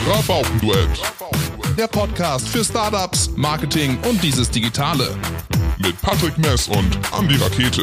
Rabaukenduett. Der Podcast für Startups, Marketing und dieses Digitale. Mit Patrick Mess und Andi Rakete.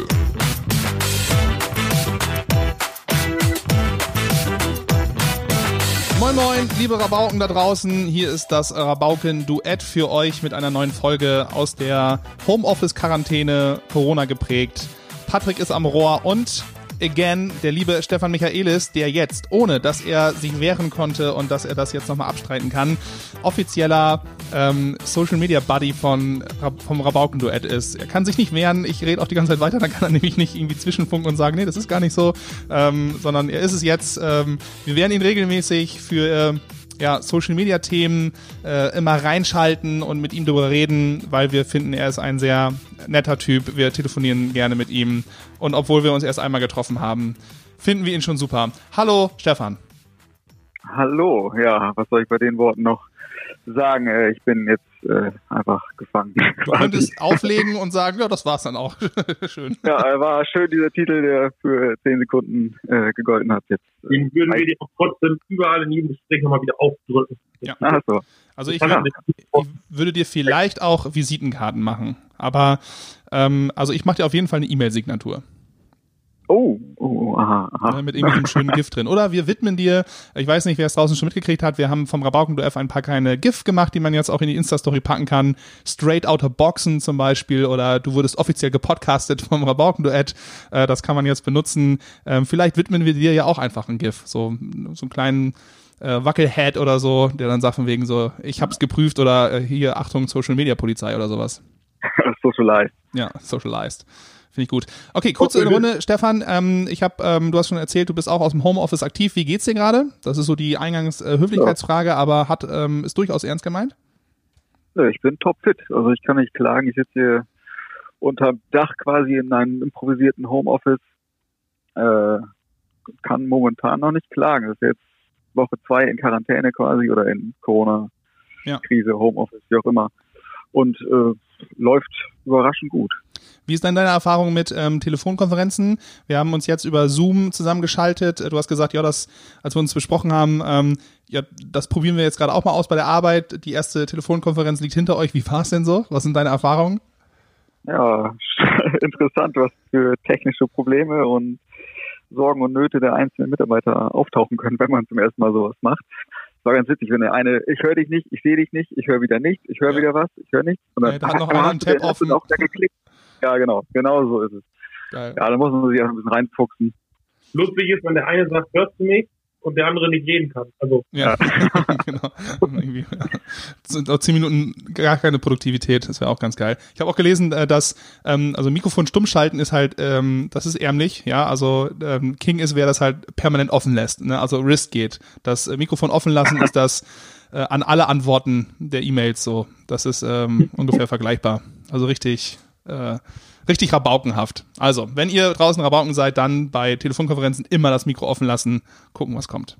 Moin moin, liebe Rabauken da draußen. Hier ist das Rabauken-Duett für euch mit einer neuen Folge aus der Homeoffice-Quarantäne, Corona geprägt. Patrick ist am Rohr und again der liebe Stefan Michaelis, der jetzt, ohne dass er sich wehren konnte und dass er das jetzt nochmal abstreiten kann, offizieller Social-Media-Buddy vom Rabauken-Duett ist. Er kann sich nicht wehren, ich rede auch die ganze Zeit weiter, dann kann er nämlich nicht irgendwie zwischenfunken und sagen, nee, das ist gar nicht so, sondern er ist es jetzt. Wir werden ihn regelmäßig für Social-Media-Themen immer reinschalten und mit ihm darüber reden, weil wir finden, er ist ein sehr netter Typ. Wir telefonieren gerne mit ihm und obwohl wir uns erst einmal getroffen haben, finden wir ihn schon super. Hallo, Stefan. Hallo, ja, was soll ich bei den Worten noch sagen? Ich bin jetzt einfach gefangen. Du könntest auflegen und sagen, ja, das war's dann auch. Schön. Ja, war schön, dieser Titel, der für 10 Sekunden gegolten hat. Jetzt, den würden wir dir auch trotzdem überall in jedem Gespräch nochmal wieder aufdrücken. Ja. Ach so. Also ich würde dir vielleicht auch Visitenkarten machen, aber also ich mache dir auf jeden Fall eine E-Mail-Signatur. Aha. Mit irgendwie einem schönen GIF drin. Oder wir widmen dir, ich weiß nicht, wer es draußen schon mitgekriegt hat, wir haben vom Rabauken-Duett ein paar kleine GIF gemacht, die man jetzt auch in die Insta-Story packen kann. Straight Outta Boxen zum Beispiel, oder du wurdest offiziell gepodcastet vom Rabauken-Duett. Das kann man jetzt benutzen. Vielleicht widmen wir dir ja auch einfach ein GIF. So einen kleinen Wackelhead oder so, der dann sagt von wegen so, ich hab's geprüft oder hier, Achtung, Social-Media-Polizei oder sowas. Socialized. Ja, socialized. Finde ich gut. Okay, kurze Runde, Stefan. Du hast schon erzählt, du bist auch aus dem Homeoffice aktiv. Wie geht's dir gerade? Das ist so die Höflichkeitsfrage, aber ist durchaus ernst gemeint? Ja, ich bin topfit. Also ich kann nicht klagen. Ich sitze hier unterm Dach quasi in einem improvisierten Homeoffice. Kann momentan noch nicht klagen. Das ist jetzt Woche 2 in Quarantäne quasi oder in Corona-Krise, Homeoffice, wie auch immer. Und läuft überraschend gut. Wie ist denn deine Erfahrung mit Telefonkonferenzen? Wir haben uns jetzt über Zoom zusammengeschaltet. Du hast gesagt, ja, als wir uns besprochen haben, das probieren wir jetzt gerade auch mal aus bei der Arbeit. Die erste Telefonkonferenz liegt hinter euch. Wie war es denn so? Was sind deine Erfahrungen? Ja, interessant, was für technische Probleme und Sorgen und Nöte der einzelnen Mitarbeiter auftauchen können, wenn man zum ersten Mal sowas macht. Das war ganz witzig, wenn der eine, ich höre dich nicht, ich sehe dich nicht, ich höre wieder nicht, ich höre wieder was, ich höre nichts. Und dann da hat noch einer einen Tab offen. Auch da geklickt. Ja, genau so ist es. Geil. Ja, da muss man sich auch ein bisschen reinfuchsen. Lustig ist, wenn der eine sagt, hörst du mich, und der andere nicht reden kann. Also ja. Genau. Irgendwie. Sind auch 10 Minuten gar keine Produktivität, das wäre auch ganz geil. Ich habe auch gelesen, dass Mikrofon stumm schalten ist halt, das ist ärmlich, ja, also King ist, wer das halt permanent offen lässt, ne? Also Risk geht. Das Mikrofon offen lassen ist das an alle Antworten der E-Mails so. Das ist ungefähr vergleichbar. Also richtig rabaukenhaft. Also, wenn ihr draußen Rabauken seid, dann bei Telefonkonferenzen immer das Mikro offen lassen, gucken, was kommt.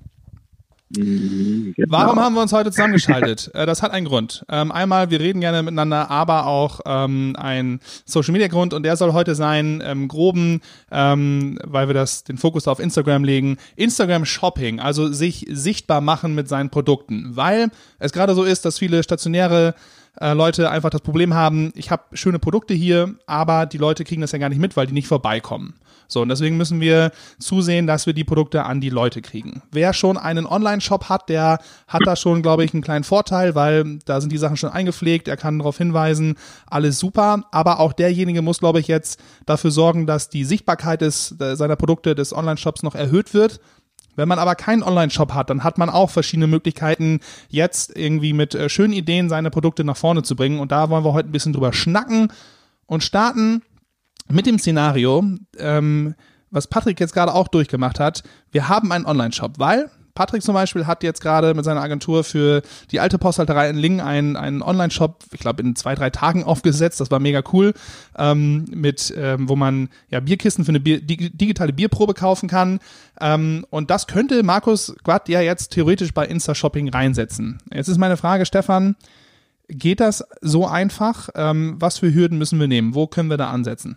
Genau. Warum haben wir uns heute zusammengeschaltet? Das hat einen Grund. Einmal, wir reden gerne miteinander, aber auch ein Social-Media-Grund und der soll heute sein, groben, weil wir den Fokus auf Instagram legen, Instagram-Shopping, also sich sichtbar machen mit seinen Produkten, weil es gerade so ist, dass viele stationäre Leute einfach das Problem haben, ich habe schöne Produkte hier, aber die Leute kriegen das ja gar nicht mit, weil die nicht vorbeikommen. So, und deswegen müssen wir zusehen, dass wir die Produkte an die Leute kriegen. Wer schon einen Online-Shop hat, der hat da schon, glaube ich, einen kleinen Vorteil, weil da sind die Sachen schon eingepflegt, er kann darauf hinweisen, alles super, aber auch derjenige muss, glaube ich, jetzt dafür sorgen, dass die Sichtbarkeit seiner Produkte des Online-Shops noch erhöht wird. Wenn man aber keinen Online-Shop hat, dann hat man auch verschiedene Möglichkeiten, jetzt irgendwie mit schönen Ideen seine Produkte nach vorne zu bringen. Und da wollen wir heute ein bisschen drüber schnacken und starten mit dem Szenario, was Patrick jetzt gerade auch durchgemacht hat. Wir haben einen Online-Shop, weil Patrick zum Beispiel hat jetzt gerade mit seiner Agentur für die alte Posthalterei in Lingen einen Online-Shop, ich glaube in 2-3 Tagen aufgesetzt, das war mega cool, wo man Bierkisten für eine digitale Bierprobe kaufen kann, und das könnte Markus Quadt ja jetzt theoretisch bei Insta-Shopping reinsetzen. Jetzt ist meine Frage, Stefan, geht das so einfach? Was für Hürden müssen wir nehmen? Wo können wir da ansetzen?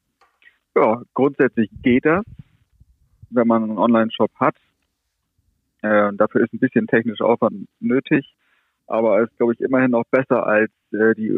Ja, grundsätzlich geht das, wenn man einen Online-Shop hat. Dafür ist ein bisschen technischer Aufwand nötig, aber es ist, glaube ich, immerhin noch besser als die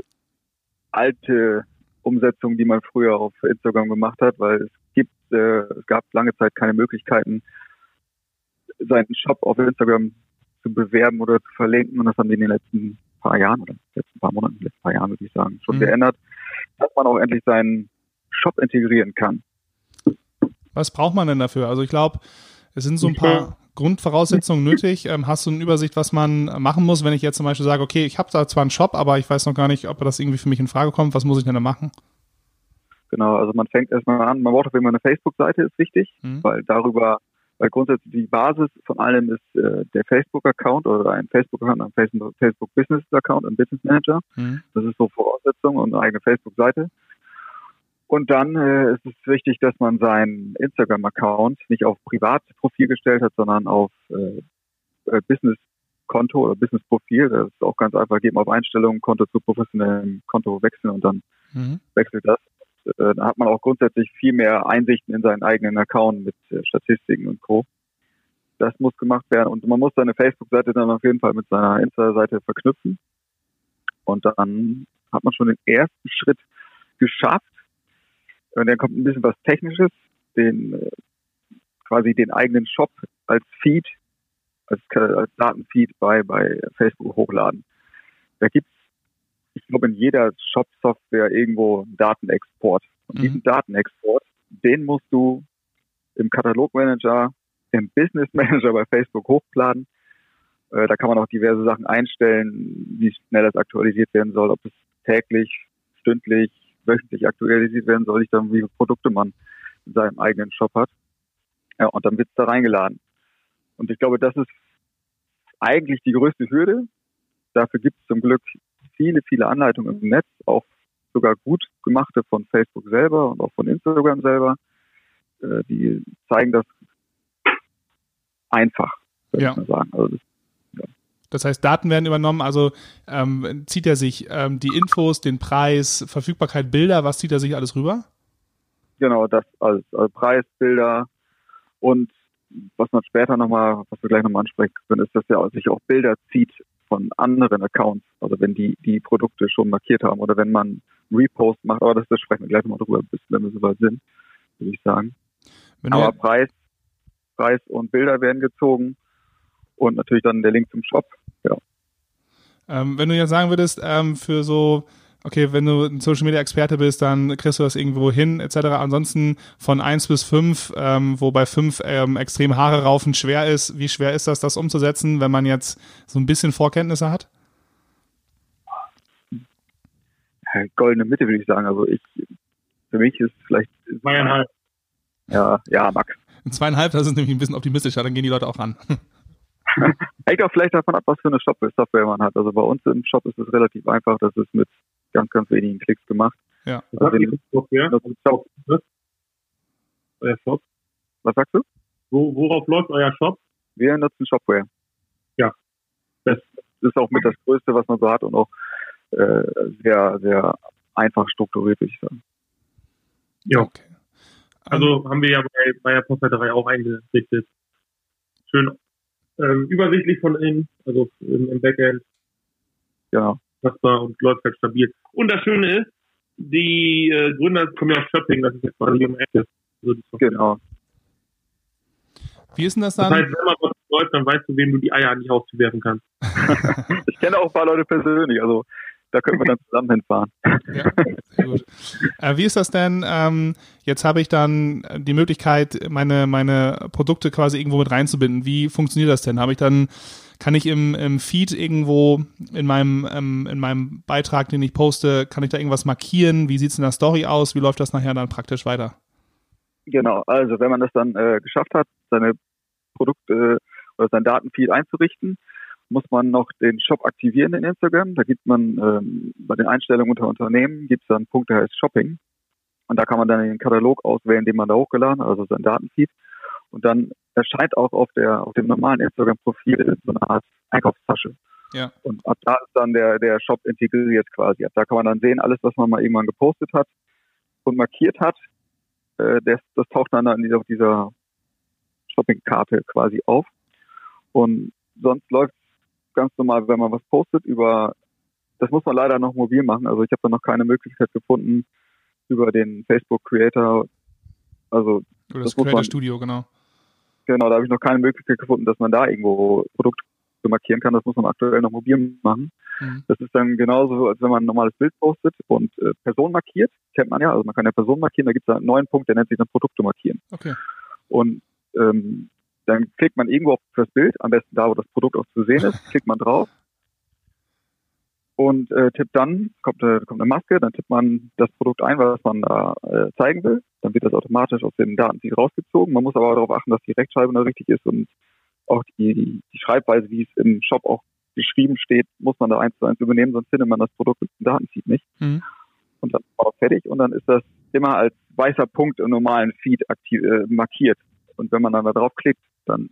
alte Umsetzung, die man früher auf Instagram gemacht hat, weil es gab lange Zeit keine Möglichkeiten, seinen Shop auf Instagram zu bewerben oder zu verlinken, und das haben die in den letzten paar Jahren oder letzten paar Monaten, letzten paar Jahren würde ich sagen, schon geändert, dass man auch endlich seinen Shop integrieren kann. Was braucht man denn dafür? Also ich glaube, es sind so ein paar Grundvoraussetzungen nötig. Hast du eine Übersicht, was man machen muss, wenn ich jetzt zum Beispiel sage, okay, ich habe da zwar einen Shop, aber ich weiß noch gar nicht, ob das irgendwie für mich in Frage kommt. Was muss ich denn da machen? Genau, also man fängt erstmal an, man braucht auf jeden Fall eine Facebook-Seite, ist wichtig, weil grundsätzlich die Basis von allem ist der Facebook-Account oder ein Facebook-Account, ein Facebook-Business-Account, ein Business Manager. Das ist so Voraussetzung und eine eigene Facebook-Seite. Und dann ist es wichtig, dass man seinen Instagram-Account nicht auf Privatprofil gestellt hat, sondern auf Business-Konto oder Business-Profil. Das ist auch ganz einfach, geht man auf Einstellungen, Konto zu professionellem Konto wechseln und dann wechselt das. Da hat man auch grundsätzlich viel mehr Einsichten in seinen eigenen Account mit Statistiken und Co. Das muss gemacht werden und man muss seine Facebook-Seite dann auf jeden Fall mit seiner Insta-Seite verknüpfen. Und dann hat man schon den ersten Schritt geschafft. Und dann kommt ein bisschen was Technisches, quasi den eigenen Shop als Feed, als Datenfeed bei Facebook hochladen. Da gibt's, ich glaube, in jeder Shop-Software irgendwo einen Datenexport. Und diesen Datenexport, den musst du im Katalogmanager, im Business Manager bei Facebook hochladen. Da kann man auch diverse Sachen einstellen, wie schnell das aktualisiert werden soll, ob es täglich, stündlich, wöchentlich aktualisiert werden soll, dann wie viele Produkte man in seinem eigenen Shop hat. Ja, und dann wird es da reingeladen. Und ich glaube, das ist eigentlich die größte Hürde. Dafür gibt es zum Glück viele, viele Anleitungen im Netz, auch sogar gut gemachte von Facebook selber und auch von Instagram selber. Die zeigen das einfach, würde ich mal sagen. Also das heißt, Daten werden übernommen, also zieht er sich die Infos, den Preis, Verfügbarkeit, Bilder, was zieht er sich alles rüber? Genau, das alles. Also Preis, Bilder und was man später nochmal, was wir gleich nochmal ansprechen können, ist, dass er sich auch Bilder zieht von anderen Accounts, also wenn die Produkte schon markiert haben oder wenn man Repost macht, aber das sprechen wir gleich nochmal drüber, wenn wir soweit sind, würde ich sagen. Aber Preis und Bilder werden gezogen und natürlich dann der Link zum Shop. Ja. Wenn du jetzt sagen würdest, für so, okay, wenn du ein Social-Media-Experte bist, dann kriegst du das irgendwo hin, etc. Ansonsten von 1 bis 5, wo bei 5 extrem Haare raufen schwer ist. Wie schwer ist das umzusetzen, wenn man jetzt so ein bisschen Vorkenntnisse hat? Goldene Mitte, würde ich sagen. Also für mich ist es vielleicht 2,5. Ja, Max. 2,5, das ist nämlich ein bisschen optimistischer, dann gehen die Leute auch ran. Hängt auch vielleicht davon ab, was für eine Software man hat. Also bei uns im Shop ist es relativ einfach. Das ist mit ganz, ganz wenigen Klicks gemacht. Ja. Also Euer Shop? Was sagst du? Worauf läuft euer Shop? Wir nutzen Shopware. Ja. Das ist auch mit das Größte, was man so hat und auch sehr, sehr einfach strukturiert, würde ich sagen. Ja. Okay. Also haben wir ja bei der Postleiterei auch eingerichtet. Schön übersichtlich von innen, also im Backend. Genau. Machbar und läuft halt stabil. Und das Schöne ist, die Gründer kommen ja aus Schöpping, das ist jetzt quasi um die Ecke. Also genau. Wie ist denn das dann? Das heißt, wenn man was läuft, dann weißt du, wem du die Eier an die Haustür werfen kannst. Ich kenne auch ein paar Leute persönlich, also da können wir dann zusammen hinfahren. Ja, sehr gut. Wie ist das denn? Jetzt habe ich dann die Möglichkeit, meine Produkte quasi irgendwo mit reinzubinden. Wie funktioniert das denn? Kann ich im Feed irgendwo in meinem Beitrag, den ich poste, kann ich da irgendwas markieren? Wie sieht es in der Story aus? Wie läuft das nachher dann praktisch weiter? Genau, also wenn man das dann geschafft hat, seine Produkte oder sein Datenfeed einzurichten, muss man noch den Shop aktivieren in Instagram. Da gibt man bei den Einstellungen unter Unternehmen, gibt es dann einen Punkt, der heißt Shopping. Und da kann man dann den Katalog auswählen, den man da hochgeladen hat, also sein Datenfeed. Und dann erscheint auch auf dem normalen Instagram-Profil so eine Art Einkaufstasche. Ja. Und ab da ist dann der Shop integriert quasi. Ab da kann man dann sehen, alles, was man mal irgendwann gepostet hat und markiert hat, das taucht dann auf dieser Shopping-Karte quasi auf. Und sonst läuft es ganz normal, wenn man was postet, das muss man leider noch mobil machen. Also ich habe da noch keine Möglichkeit gefunden über den Facebook Creator. Also oder das Creator Studio, genau. Genau, da habe ich noch keine Möglichkeit gefunden, dass man da irgendwo Produkte markieren kann. Das muss man aktuell noch mobil machen. Das ist dann genauso, als wenn man ein normales Bild postet und Person markiert. Kennt man ja, also man kann ja Person markieren. Da gibt es einen neuen Punkt, der nennt sich dann Produkte markieren. Okay. Und dann klickt man irgendwo auf das Bild, am besten da, wo das Produkt auch zu sehen ist, klickt man drauf und tippt dann, kommt eine Maske, dann tippt man das Produkt ein, was man da zeigen will. Dann wird das automatisch aus dem Datenfeed rausgezogen. Man muss aber darauf achten, dass die Rechtschreibung da richtig ist und auch die Schreibweise, wie es im Shop auch geschrieben steht, muss man da 1:1 übernehmen, sonst findet man das Produkt im Datenfeed nicht. Und dann ist man auch fertig und dann ist das immer als weißer Punkt im normalen Feed markiert. Und wenn man dann da drauf klickt, dann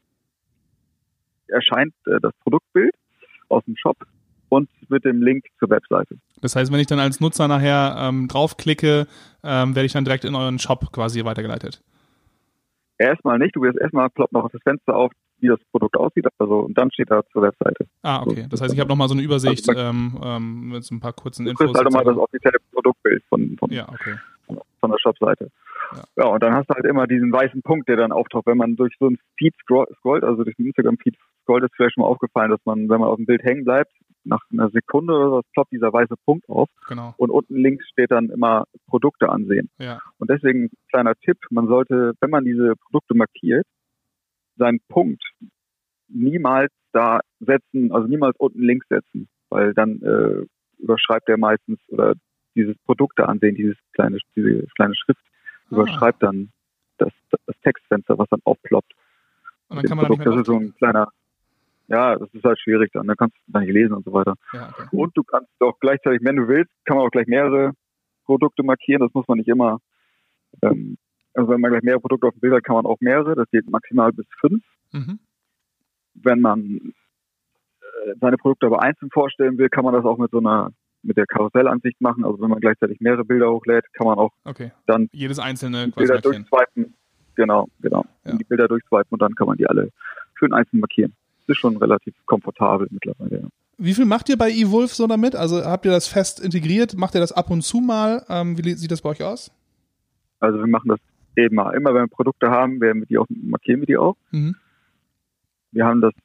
erscheint das Produktbild aus dem Shop und mit dem Link zur Webseite. Das heißt, wenn ich dann als Nutzer nachher draufklicke, werde ich dann direkt in euren Shop quasi weitergeleitet? Erstmal nicht, ploppt noch das Fenster auf, wie das Produkt aussieht, und dann steht da zur Webseite. Ah, okay. Das heißt, ich habe nochmal so eine Übersicht mit so ein paar kurzen Infos. Du kriegst halt immer das offizielle Produktbild von der Shopseite. Ja, und dann hast du halt immer diesen weißen Punkt, der dann auftaucht, wenn man durch so einen Feed scrollt, also durch den Instagram-Feed scrollt, ist vielleicht schon mal aufgefallen, dass man, wenn man auf dem Bild hängen bleibt, nach einer Sekunde oder so, ploppt dieser weiße Punkt auf. Genau. Und unten links steht dann immer Produkte ansehen. Ja. Und deswegen kleiner Tipp, man sollte, wenn man diese Produkte markiert, seinen Punkt niemals da setzen, also niemals unten links setzen, weil dann überschreibt er meistens oder dieses Produkte ansehen, diese kleine Schrift überschreibt dann das Textfenster, was dann aufploppt. Und dann kann man Produkt, das ist so ein kleiner, ja, das ist halt schwierig dann kannst du dann nicht lesen und so weiter. Ja, okay. Und du kannst auch gleichzeitig, wenn du willst, kann man auch gleich mehrere Produkte markieren, das muss man nicht immer, also wenn man gleich mehrere Produkte auf dem Bild hat, kann man auch mehrere, das geht maximal bis 5. Wenn man seine Produkte aber einzeln vorstellen will, kann man das auch mit der Karussellansicht machen. Also wenn man gleichzeitig mehrere Bilder hochlädt, kann man auch dann jedes einzelne Bilder durchswipen. Genau. Ja. Die Bilder durchswipen und dann kann man die alle schön einzeln markieren. Das ist schon relativ komfortabel mittlerweile. Ja. Wie viel macht ihr bei eWolf so damit? Also habt ihr das fest integriert? Macht ihr das ab und zu mal? Wie sieht das bei euch aus? Also wir machen das eben mal. Immer wenn wir Produkte haben, markieren wir die auch. Wir haben das,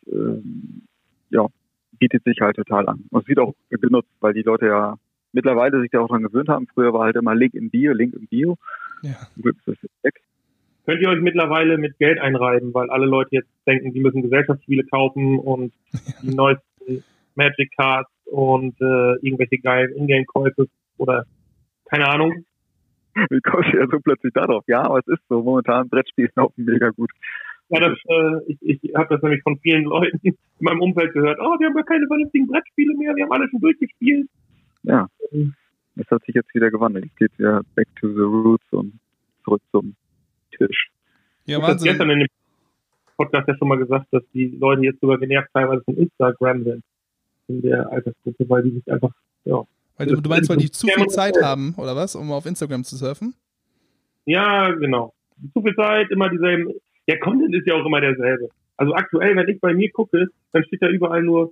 bietet sich halt total an. Und es wird auch genutzt, weil die Leute ja mittlerweile sich da auch dran gewöhnt haben. Früher war halt immer Link im Bio. Ja. Zum Glück ist das jetzt weg. Könnt ihr euch mittlerweile mit Geld einreiben, weil alle Leute jetzt denken, die müssen Gesellschaftsspiele kaufen und die neuesten Magic Cards und irgendwelche geilen Ingame-Käufe oder keine Ahnung. Wie kommst du ja so plötzlich darauf? Ja, aber es ist so. Momentan Brettspiele laufen mega gut. Ja, ich habe das nämlich von vielen Leuten in meinem Umfeld gehört. Oh, wir haben ja keine vernünftigen Brettspiele mehr, wir haben alle schon durchgespielt. Ja, das hat sich jetzt wieder gewandelt. Es geht ja back to the roots und zurück zum Tisch. Ja, ich habe gestern in dem Podcast ja schon mal gesagt, dass die Leute jetzt sogar genervt teilweise von Instagram sind in der Altersgruppe, weil die sich einfach, Weil du meinst, weil die zu viel Zeit haben, oder was, um auf Instagram zu surfen? Ja, genau. Zu viel Zeit, immer dieselben. Der Content ist ja auch immer derselbe. Also aktuell, wenn ich bei mir gucke, dann steht da überall nur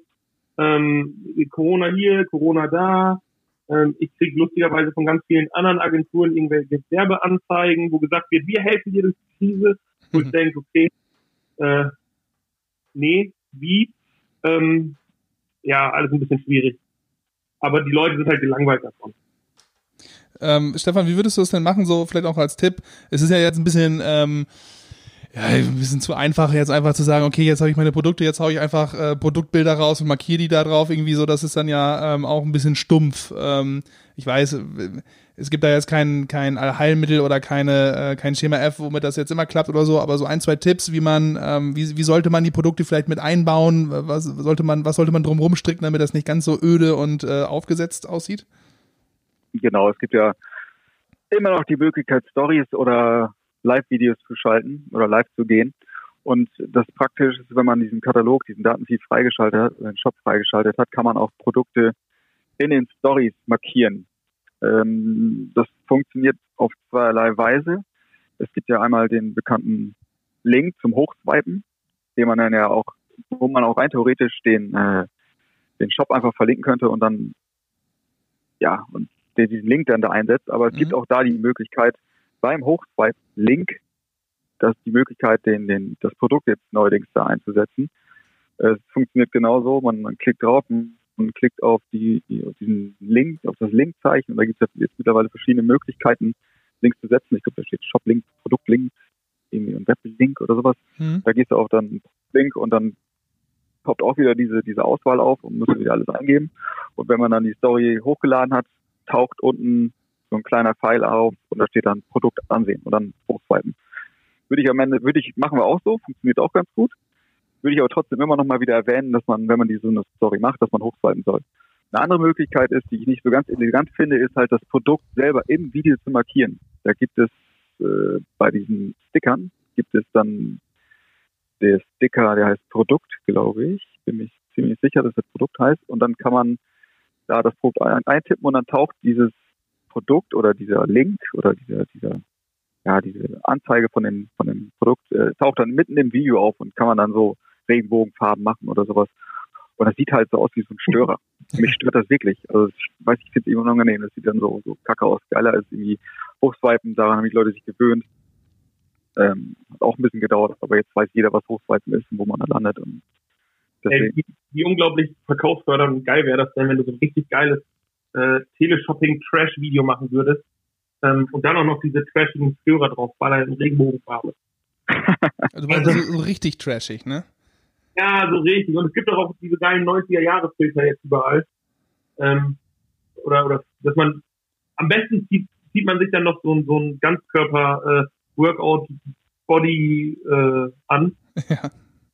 Corona hier, Corona da. Ich kriege lustigerweise von ganz vielen anderen Agenturen irgendwelche Werbeanzeigen, wo gesagt wird, wir helfen dir durch die Krise. Wo ich denke, okay, nee, wie? Alles ein bisschen schwierig. Aber die Leute sind halt gelangweilt davon. Stefan, wie würdest du das denn machen, so vielleicht auch als Tipp? Es ist ja jetzt ein bisschen zu einfach, jetzt einfach zu sagen, okay, jetzt habe ich meine Produkte, jetzt haue ich einfach Produktbilder raus und markiere die da drauf, irgendwie so, das ist dann ja auch ein bisschen stumpf. Ich weiß, es gibt da jetzt kein Allheilmittel oder kein Schema F, womit das jetzt immer klappt oder so, aber so 1, 2 Tipps, wie man, wie sollte man die Produkte vielleicht mit einbauen, was sollte man drumherum stricken, damit das nicht ganz so öde und aufgesetzt aussieht? Genau, es gibt ja immer noch die Möglichkeit, Stories oder Live-Videos zu schalten oder live zu gehen. Und das Praktische ist, wenn man diesen Katalog, diesen Datenfeed freigeschaltet hat, den Shop freigeschaltet hat, kann man auch Produkte in den Stories markieren. Das funktioniert auf zweierlei Weise. Es gibt ja einmal den bekannten Link zum Hochswipen, den man dann ja auch wo man auch rein theoretisch den Shop einfach verlinken könnte und dann, ja, und diesen Link dann da einsetzt. Aber es gibt auch da die Möglichkeit, beim Hochswipe-Link, das das Produkt jetzt neuerdings da einzusetzen. Es funktioniert genauso, man klickt drauf und klickt auf auf diesen Link, auf das Linkzeichen, und da gibt es jetzt mittlerweile verschiedene Möglichkeiten, Links zu setzen. Ich glaube, da steht Shop-Link, Produkt-Link, irgendwie ein Web-Link oder sowas. Da gehst du auf dann Link und dann poppt auch wieder diese Auswahl auf und musst wieder alles eingeben. Und wenn man dann die Story hochgeladen hat, taucht unten so ein kleiner Pfeil auf und da steht dann Produkt ansehen und dann hochswipen. Machen wir auch so, funktioniert auch ganz gut. Würde ich aber trotzdem immer noch mal wieder erwähnen, dass man, wenn man so eine Story macht, dass man hochswipen soll. Eine andere Möglichkeit ist, die ich nicht so ganz elegant finde, ist halt das Produkt selber im Video zu markieren. Da gibt es bei diesen Stickern, gibt es dann der Sticker, der heißt Produkt, glaube ich. Bin mich ziemlich sicher, dass das Produkt heißt. Und dann kann man da das Produkt eintippen und dann taucht dieses Produkt oder dieser Link oder diese Anzeige von dem Produkt taucht dann mitten im Video auf und kann man dann so Regenbogenfarben machen oder sowas. Und das sieht halt so aus wie so ein Störer. Mich stört das wirklich. Also ich finde es immer unangenehm. Das sieht dann so kacke aus. Geiler als irgendwie hochswipen. Daran haben die Leute sich gewöhnt. Hat auch ein bisschen gedauert, aber jetzt weiß jeder, was hochswipen ist und wo man da landet. Und wie unglaublich verkaufsfördernd und geil wäre das denn, wenn du so ein richtig geiles Teleshopping-Trash-Video machen würdest und dann auch noch diese trashigen Störer draufballern in Regenbogenfarbe. Du meinst so richtig trashig, ne? Ja, so richtig. Und es gibt auch diese geilen 90er-Jahre-Filter jetzt überall. Oder dass man am besten zieht man sich dann noch so ein Ganzkörper Workout-Body an. Ja.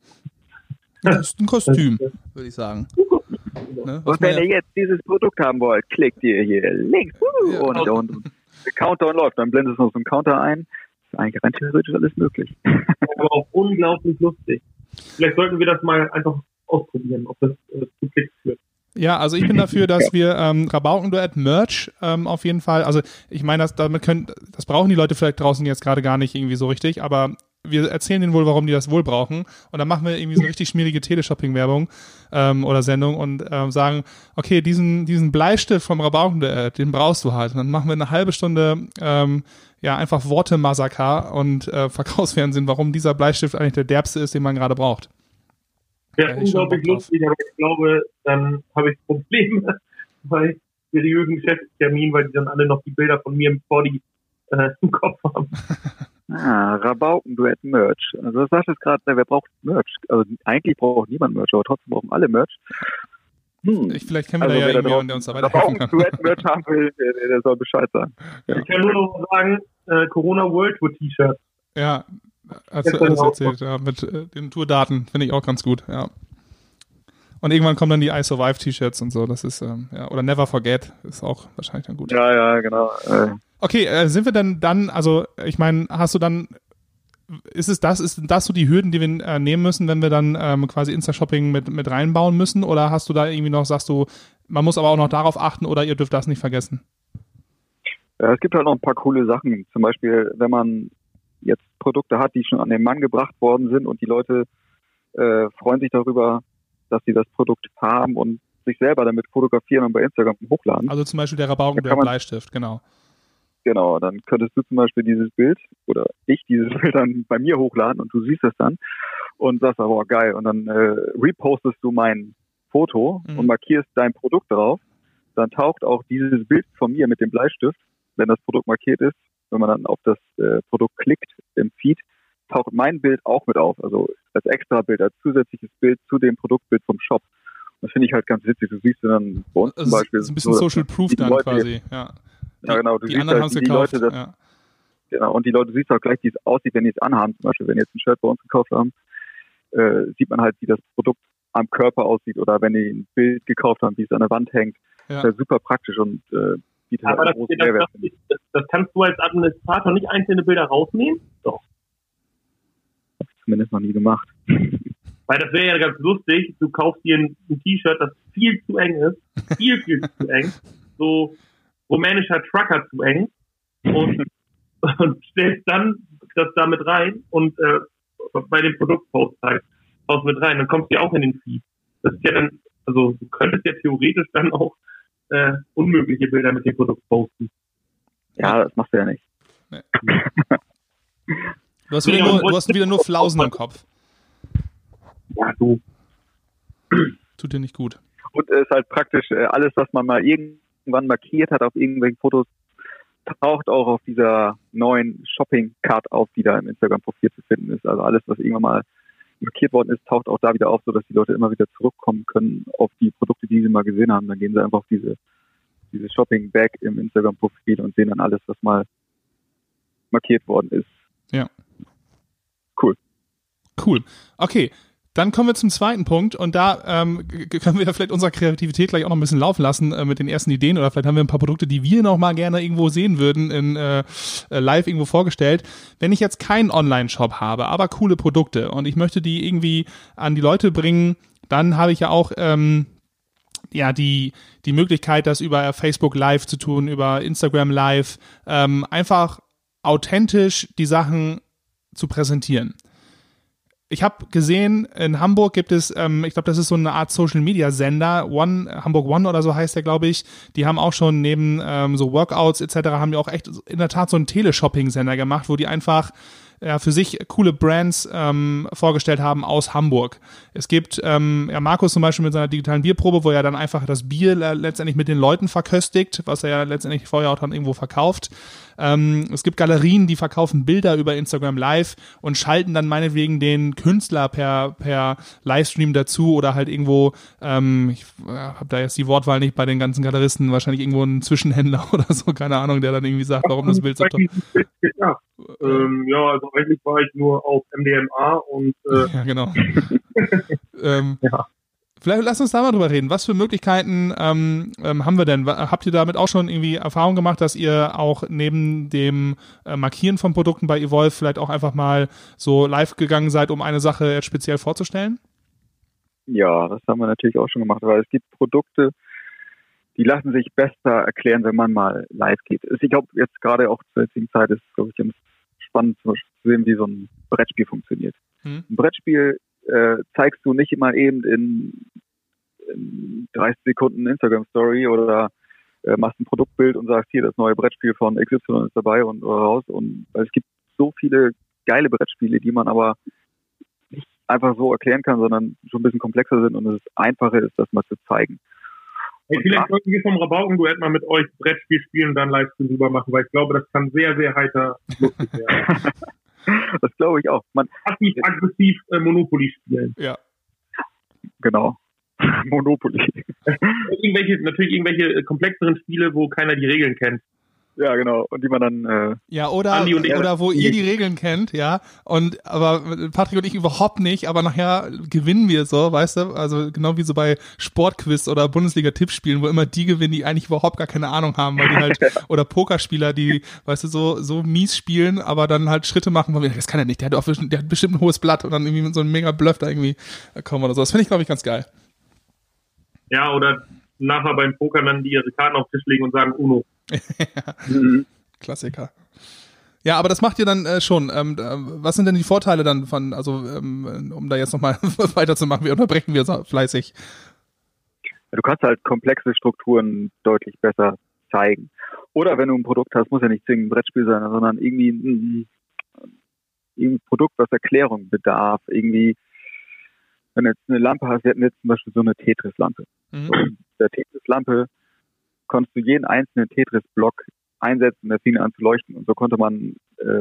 Das ist ein Kostüm, würde ich sagen. Ne? Und wenn ihr jetzt dieses Produkt haben wollt, klickt ihr hier links und der Countdown läuft. Dann blendest du noch so einen Counter ein. Das ist eigentlich rein theoretisch alles möglich. Aber auch unglaublich lustig. Vielleicht sollten wir das mal einfach ausprobieren, ob das zu Klicks führt. Ja, also ich bin dafür, dass wir Rabaukenduett Merch auf jeden Fall, also ich meine, das brauchen die Leute vielleicht draußen jetzt gerade gar nicht irgendwie so richtig, aber wir erzählen denen wohl, warum die das wohl brauchen, und dann machen wir irgendwie so eine richtig schmierige Teleshopping-Werbung oder Sendung und sagen, okay, diesen Bleistift vom Rabaukenduett, den brauchst du halt, und dann machen wir eine halbe Stunde einfach Worte-Massaker und Verkaufsfernsehen, warum dieser Bleistift eigentlich der derbste ist, den man gerade braucht. Ja, unglaublich lustig, aber ich glaube, dann habe ich Probleme bei seriösen Geschäftsterminen, weil die dann alle noch die Bilder von mir im Body im Kopf haben. Rabaukenduett Merch. Also das sagst du jetzt gerade, wer braucht Merch? Also eigentlich braucht niemand Merch, aber trotzdem brauchen alle Merch. Vielleicht kennen wir da ja irgendjemanden, der uns da weiterhelfen kann. Rabaukenduett Merch haben will, der soll Bescheid sagen. Ja. Ich kann nur noch sagen, Corona World Tour T-Shirt. Ja, hast du alles erzählt, ja, mit den Tourdaten, finde ich auch ganz gut, ja. Und irgendwann kommen dann die I Survive T-Shirts und so, das ist, oder Never Forget, ist auch wahrscheinlich dann gut. Ja, genau. Okay, sind wir denn dann, also ich meine, hast du dann, ist das so die Hürden, die wir nehmen müssen, wenn wir dann quasi Insta-Shopping mit reinbauen müssen, oder hast du da irgendwie noch, sagst du, man muss aber auch noch darauf achten, oder ihr dürft das nicht vergessen? Ja, es gibt halt noch ein paar coole Sachen, zum Beispiel, wenn man jetzt Produkte hat, die schon an den Mann gebracht worden sind und die Leute freuen sich darüber, dass sie das Produkt haben und sich selber damit fotografieren und bei Instagram hochladen. Also zum Beispiel der Rabauken, der Bleistift, genau. Genau, dann könntest du zum Beispiel dieses Bild oder ich dieses Bild dann bei mir hochladen und du siehst das dann und sagst, oh geil, und dann repostest du mein Foto und markierst dein Produkt drauf. Dann taucht auch dieses Bild von mir mit dem Bleistift, wenn das Produkt markiert ist, wenn man dann auf das Produkt klickt im Feed, taucht mein Bild auch mit auf, also als extra Bild, als zusätzliches Bild zu dem Produktbild vom Shop. Das finde ich halt ganz witzig. Du siehst dann bei uns zum Beispiel. Das ist ein bisschen Social Proof dann Leute, quasi, ja. Ja, genau. Du die siehst anderen halt, haben es gekauft. Leute, ja. Genau, und die Leute siehst auch gleich, wie es aussieht, wenn die es anhaben. Zum Beispiel, wenn die jetzt ein Shirt bei uns gekauft haben, sieht man halt, wie das Produkt am Körper aussieht, oder wenn die ein Bild gekauft haben, wie es an der Wand hängt. Ja. Das ist halt super praktisch und bietet halt einen großen Mehrwert. Das kannst du als Administrator nicht einzelne Bilder rausnehmen? Doch. Das habe ich zumindest noch nie gemacht. Weil das wäre ja ganz lustig, du kaufst dir ein T-Shirt, das viel zu eng ist, viel zu eng, so rumänischer Trucker zu eng, und stellst dann das damit rein und bei dem Produktpost halt. haust mit rein, dann kommst du ja auch in den Feed. Das ist ja dann, also du könntest ja theoretisch dann auch unmögliche Bilder mit dem Produkt posten. Ja, das machst du ja nicht. Nee. Du hast wieder nur Flausen im Kopf. Ja, du. Tut dir nicht gut. Und es ist halt praktisch, alles, was man mal irgendwann markiert hat auf irgendwelchen Fotos, taucht auch auf dieser neuen Shopping-Card auf, die da im Instagram-Profil zu finden ist. Also alles, was irgendwann mal markiert worden ist, taucht auch da wieder auf, sodass die Leute immer wieder zurückkommen können auf die Produkte, die sie mal gesehen haben. Dann gehen sie einfach auf diese Shopping-Bag im Instagram-Profil und sehen dann alles, was mal markiert worden ist. Ja. Cool. Okay. Dann kommen wir zum zweiten Punkt und da können wir ja vielleicht unsere Kreativität gleich auch noch ein bisschen laufen lassen mit den ersten Ideen oder vielleicht haben wir ein paar Produkte, die wir noch mal gerne irgendwo sehen würden, in live irgendwo vorgestellt. Wenn ich jetzt keinen Online-Shop habe, aber coole Produkte und ich möchte die irgendwie an die Leute bringen, dann habe ich ja auch die Möglichkeit, das über Facebook Live zu tun, über Instagram Live, einfach authentisch die Sachen zu präsentieren. Ich habe gesehen, in Hamburg gibt es, ich glaube, das ist so eine Art Social-Media-Sender, Hamburg One oder so heißt der, glaube ich. Die haben auch schon neben so Workouts etc. haben die auch echt in der Tat so einen Teleshopping-Sender gemacht, wo die einfach für sich coole Brands vorgestellt haben aus Hamburg. Es gibt Markus zum Beispiel mit seiner digitalen Bierprobe, wo er dann einfach das Bier letztendlich mit den Leuten verköstigt, was er ja letztendlich vorher auch dann irgendwo verkauft. Es gibt Galerien, die verkaufen Bilder über Instagram Live und schalten dann meinetwegen den Künstler per Livestream dazu oder halt irgendwo, ich habe da jetzt die Wortwahl nicht bei den ganzen Galeristen, wahrscheinlich irgendwo ein Zwischenhändler oder so, keine Ahnung, der dann irgendwie sagt, warum das Bild so toll ist. Also eigentlich war ich nur auf MDMA und ja, genau. Ja. Vielleicht lass uns da mal drüber reden. Was für Möglichkeiten haben wir denn? Habt ihr damit auch schon irgendwie Erfahrung gemacht, dass ihr auch neben dem Markieren von Produkten bei Evolve vielleicht auch einfach mal so live gegangen seid, um eine Sache jetzt speziell vorzustellen? Ja, das haben wir natürlich auch schon gemacht, weil es gibt Produkte, die lassen sich besser erklären, wenn man mal live geht. Ich glaube, jetzt gerade auch zur jetzigen Zeit ist es, glaube ich, ganz spannend zu sehen, wie so ein Brettspiel funktioniert. Ein Brettspiel zeigst du nicht immer eben in 30 Sekunden Instagram-Story oder machst ein Produktbild und sagst, hier, das neue Brettspiel von XY ist dabei und raus. Und weil es gibt so viele geile Brettspiele, die man aber nicht einfach so erklären kann, sondern schon ein bisschen komplexer sind und es einfacher ist, das mal zu zeigen. Hey, vielleicht sollten wir vom Rabaukenduett mal mit euch Brettspiel spielen und dann Livestream drüber machen, weil ich glaube, das kann sehr, sehr heiter lustig werden. Das glaube ich auch. Passiv-aggressiv Monopoly spielen. Ja. Genau. Monopoly. Natürlich irgendwelche komplexeren Spiele, wo keiner die Regeln kennt. Ja, genau. Und die man dann oder wo ihr die Regeln kennt, ja. Aber Patrick und ich überhaupt nicht, aber nachher gewinnen wir so, weißt du? Also genau wie so bei Sportquiz oder Bundesliga-Tippspielen, wo immer die gewinnen, die eigentlich überhaupt gar keine Ahnung haben, weil die halt, oder Pokerspieler, die, weißt du, so mies spielen, aber dann halt Schritte machen, weil das kann er nicht, der hat bestimmt ein hohes Blatt und dann irgendwie mit so einem mega Bluff da irgendwie kommen oder so. Das finde ich, glaube ich, ganz geil. Ja, oder nachher beim Poker dann die ihre Karten auf den Tisch legen und sagen Uno. Klassiker. Ja, aber das macht ihr dann schon. Was sind denn die Vorteile dann von, also um da jetzt nochmal weiterzumachen, wir unterbrechen wir so fleißig. Du kannst halt komplexe Strukturen deutlich besser zeigen. Oder wenn du ein Produkt hast, muss ja nicht zwingend ein Brettspiel sein, sondern irgendwie ein Produkt, was Erklärung bedarf. Irgendwie, wenn du jetzt eine Lampe hast, wir hatten jetzt zum Beispiel so eine Tetris-Lampe. So, in der Tetris-Lampe konntest du jeden einzelnen Tetris-Block einsetzen, der fing an zu leuchten. Und so konnte man,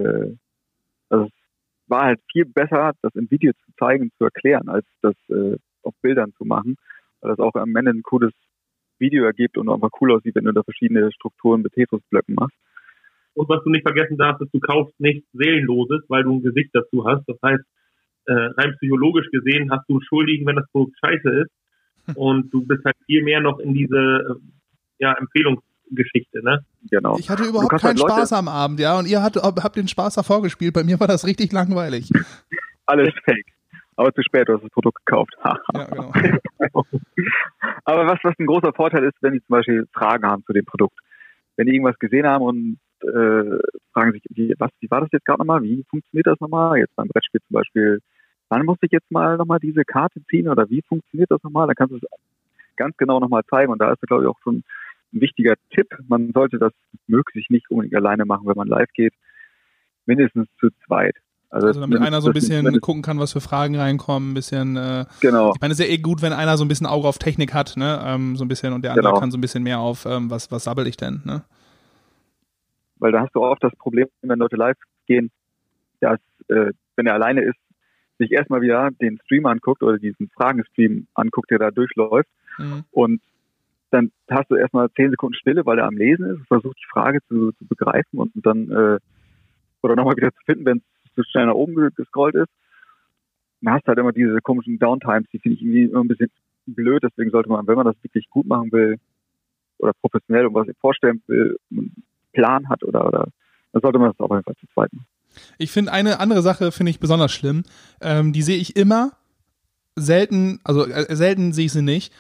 also es war halt viel besser, das im Video zu zeigen und zu erklären, als das auf Bildern zu machen, weil das auch am Ende ein cooles Video ergibt und einfach cool aussieht, wenn du da verschiedene Strukturen mit Tetris-Blöcken machst. Und was du nicht vergessen darfst, ist, du kaufst nichts Seelenloses, weil du ein Gesicht dazu hast. Das heißt, rein psychologisch gesehen hast du einen Schuldigen, wenn das Produkt scheiße ist. Und du bist halt viel mehr noch in diese Empfehlungsgeschichte, ne? Genau. Ich hatte überhaupt keinen Spaß am Abend, ja, und ihr habt den Spaß davor gespielt. Bei mir war das richtig langweilig. Alles fake. Aber zu spät, du hast das Produkt gekauft. Ja, genau. Aber was ein großer Vorteil ist, wenn die zum Beispiel Fragen haben zu dem Produkt. Wenn die irgendwas gesehen haben und fragen sich, wie war das jetzt gerade nochmal? Wie funktioniert das nochmal? Jetzt beim Brettspiel zum Beispiel, wann muss ich jetzt mal nochmal diese Karte ziehen oder wie funktioniert das nochmal? Dann kannst du es ganz genau nochmal zeigen. Und da ist, glaube ich, auch schon ein wichtiger Tipp. Man sollte das möglichst nicht unbedingt alleine machen, wenn man live geht. Mindestens zu zweit. Also damit einer so ein bisschen gucken kann, was für Fragen reinkommen, ein bisschen, genau. Ich meine, es ist ja gut, wenn einer so ein bisschen Auge auf Technik hat, ne, so ein bisschen, und der andere kann so ein bisschen mehr auf, was sabbel ich denn, ne? Weil da hast du oft das Problem, wenn Leute live gehen, dass, wenn er alleine ist, sich erstmal wieder den Stream anguckt oder diesen Fragenstream anguckt, der da durchläuft. Und dann hast du erstmal 10 Sekunden Stille, weil er am Lesen ist, versucht die Frage zu begreifen und dann, oder nochmal wieder zu finden, wenn es zu schnell nach oben gescrollt ist. Dann hast du halt immer diese komischen Downtimes, die finde ich irgendwie immer ein bisschen blöd, deswegen sollte man, wenn man das wirklich gut machen will oder professionell und was sich vorstellen will, einen Plan hat oder dann sollte man das auf jeden Fall zu zweit machen. Ich finde eine andere Sache, finde ich besonders schlimm, die sehe ich immer, selten sehe ich sie nicht.